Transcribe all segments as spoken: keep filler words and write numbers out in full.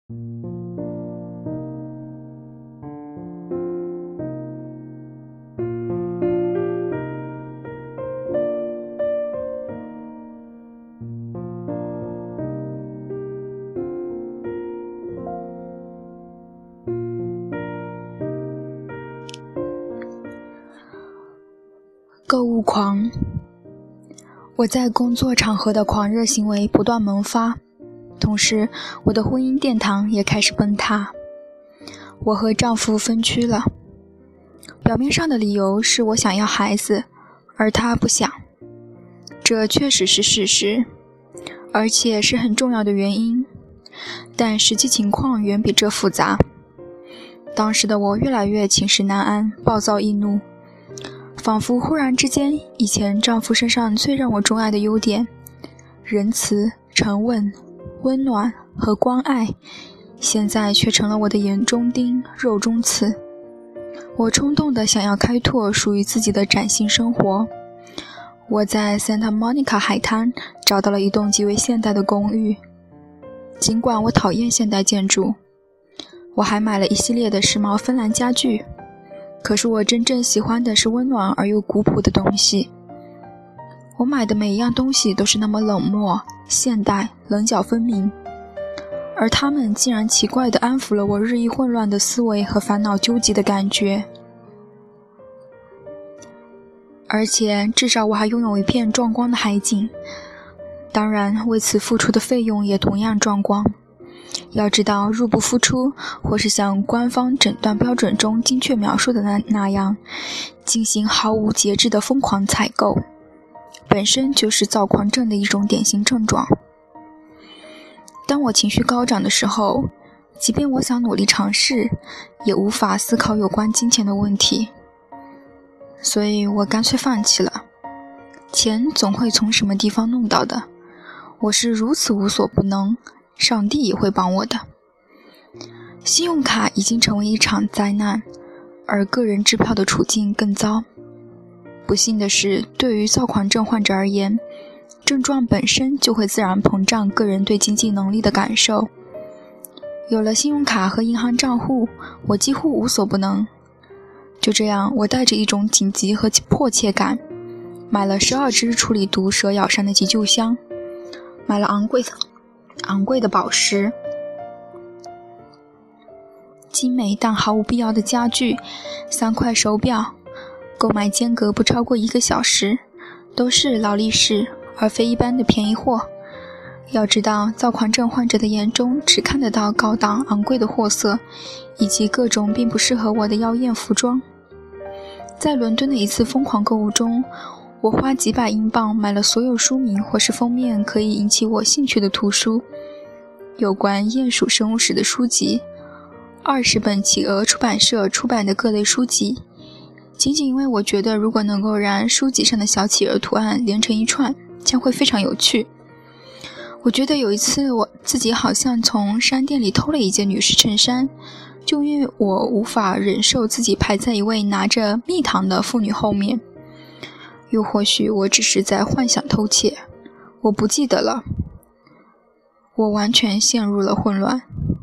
购物狂。我在工作场合的狂热行为不断萌发，同时我的婚姻殿堂也开始崩塌。我和丈夫分居了，表面上的理由是我想要孩子，而他不想。这确实是事实，而且是很重要的原因，但实际情况远比这复杂。当时的我越来越寝食难安，暴躁易怒，仿佛忽然之间，以前丈夫身上最让我钟爱的优点——仁慈、沉稳、温暖和关爱，现在却成了我的眼中钉、肉中刺。我冲动地想要开拓属于自己的崭新生活。我在 Santa Monica 海滩找到了一栋极为现代的公寓。尽管我讨厌现代建筑，我还买了一系列的时髦芬兰家具。可是我真正喜欢的是温暖而又古朴的东西。我买的每一样东西都是那么冷漠、现代、棱角分明，而它们竟然奇怪地安抚了我日益混乱的思维和烦恼纠集的感觉。而且至少我还拥有一片壮观的海景，当然为此付出的费用也同样壮观。要知道，入不敷出，或是像官方诊断标准中精确描述的 那, 那样进行毫无节制的疯狂采购，本身就是躁狂症的一种典型症状。当我情绪高涨的时候，即便我想努力尝试，也无法思考有关金钱的问题，所以我干脆放弃了。钱总会从什么地方弄到的，我是如此无所不能，上帝也会帮我的。信用卡已经成为一场灾难，而个人支票的处境更糟。不幸的是，对于躁狂症患者而言，症状本身就会自然膨胀个人对经济能力的感受。有了信用卡和银行账户，我几乎无所不能。就这样，我带着一种紧急和迫切感，买了十二支处理毒蛇咬伤的急救箱，买了昂贵的昂贵的宝石，精美但毫无必要的家具，三块手表，购买间隔不超过一个小时，都是劳力士而非一般的便宜货。要知道，躁狂症患者的眼中只看得到高档昂贵的货色，以及各种并不适合我的妖艳服装。在伦敦的一次疯狂购物中，我花几百英镑买了所有书名或是封面可以引起我兴趣的图书，有关鼹鼠生物史的书籍，二十本企鹅出版社出版的各类书籍，仅仅因为我觉得如果能够让书籍上的小企鹅图案连成一串，将会非常有趣。我觉得有一次我自己好像从商店里偷了一件女士衬衫，就因为我无法忍受自己排在一位拿着蜜糖的妇女后面。又或许我只是在幻想偷窃，我不记得了。我完全陷入了混乱。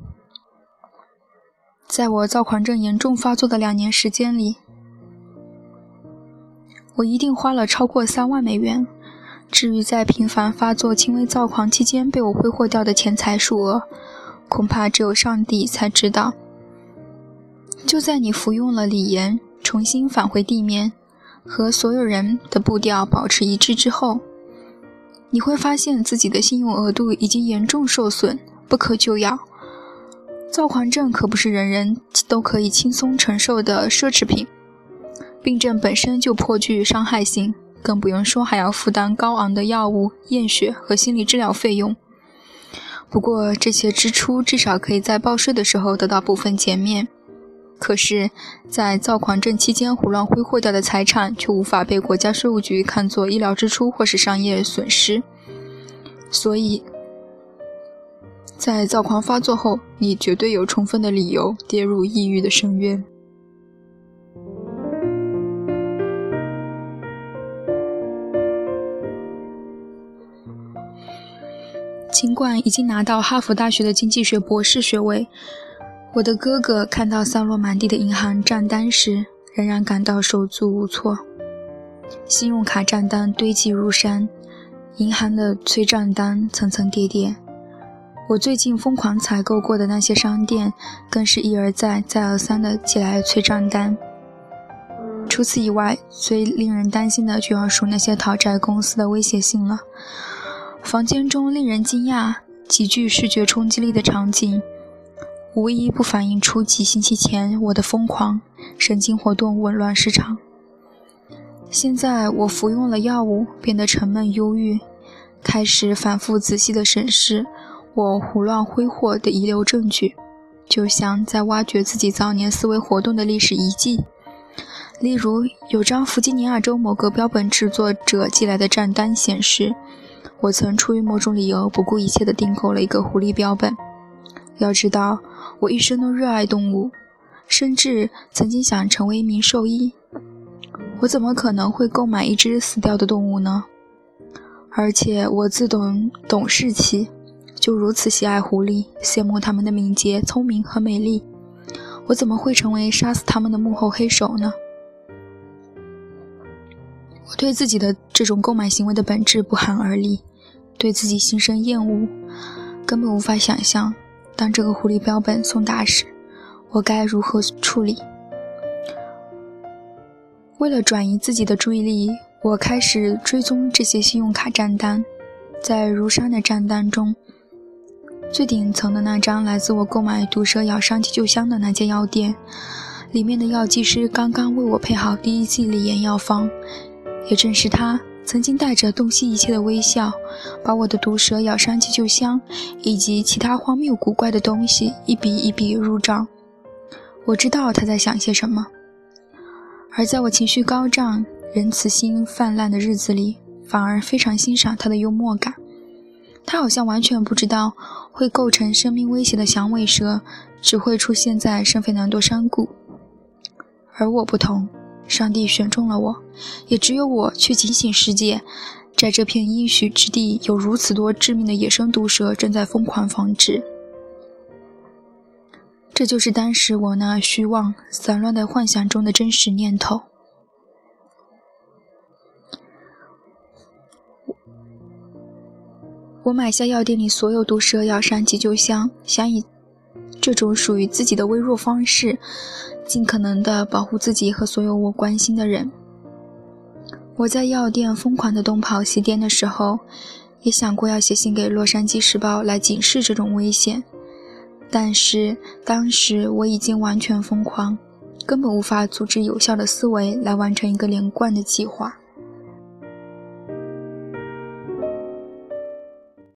在我躁狂症严重发作的两年时间里，我一定花了超过三万美元。至于在频繁发作轻微躁狂期间被我挥霍掉的钱财数额，恐怕只有上帝才知道。就在你服用了锂盐，重新返回地面，和所有人的步调保持一致之后，你会发现自己的信用额度已经严重受损，不可救药。躁狂症可不是人人都可以轻松承受的奢侈品，病症本身就颇具伤害性，更不用说还要负担高昂的药物、验血和心理治疗费用。不过这些支出至少可以在报税的时候得到部分减免，可是在躁狂症期间胡乱挥霍掉的财产却无法被国家税务局看作医疗支出或是商业损失。所以在躁狂发作后，你绝对有充分的理由跌入抑郁的深渊。尽尽管已经拿到哈佛大学的经济学博士学位，我的哥哥看到散落满地的银行账单时，仍然感到手足无措。信用卡账单堆积如山，银行的催账单层层叠叠。我最近疯狂采购过的那些商店，更是一而再再而三地寄来催账单。除此以外，最令人担心的就要数那些讨债公司的威胁性了。房间中令人惊讶、极具视觉冲击力的场景，无一不反映出几星期前我的疯狂，神经活动紊乱失常。现在我服用了药物，变得沉闷忧郁，开始反复仔细地审视我胡乱挥霍的遗留证据，就像在挖掘自己早年思维活动的历史遗迹。例如，有张弗吉尼亚州某个标本制作者寄来的账单显示，我曾出于某种理由不顾一切地订购了一个狐狸标本。要知道，我一生都热爱动物，甚至曾经想成为一名兽医。我怎么可能会购买一只死掉的动物呢？而且我自懂懂事起，就如此喜爱狐狸，羡慕它们的敏捷、聪明和美丽。我怎么会成为杀死它们的幕后黑手呢？我对自己的这种购买行为的本质不寒而栗，对自己心生厌恶，根本无法想象，当这个狐狸标本送达时，我该如何处理。为了转移自己的注意力，我开始追踪这些信用卡账单。在如山的账单中，最顶层的那张来自我购买毒蛇咬伤急救箱的那间药店，里面的药剂师刚刚为我配好第一剂锂盐药方。也正是他曾经带着洞悉一切的微笑，把我的毒蛇咬伤急救箱以及其他荒谬古怪的东西一笔一笔入账。我知道他在想些什么。而在我情绪高涨、仁慈心泛滥的日子里，反而非常欣赏他的幽默感。他好像完全不知道会构成生命威胁的响尾蛇只会出现在圣费南多山谷。而我不同，上帝选中了我，也只有我去警醒世界，在这片应许之地有如此多致命的野生毒蛇正在疯狂繁殖。这就是当时我那虚妄散乱的幻想中的真实念头。我买下药店里所有毒蛇咬伤急救箱，想以这种属于自己的微弱方式，尽可能地保护自己和所有我关心的人。我在药店疯狂地东跑西颠的时候，也想过要写信给洛杉矶时报来警示这种危险，但是当时我已经完全疯狂，根本无法组织有效的思维来完成一个连贯的计划。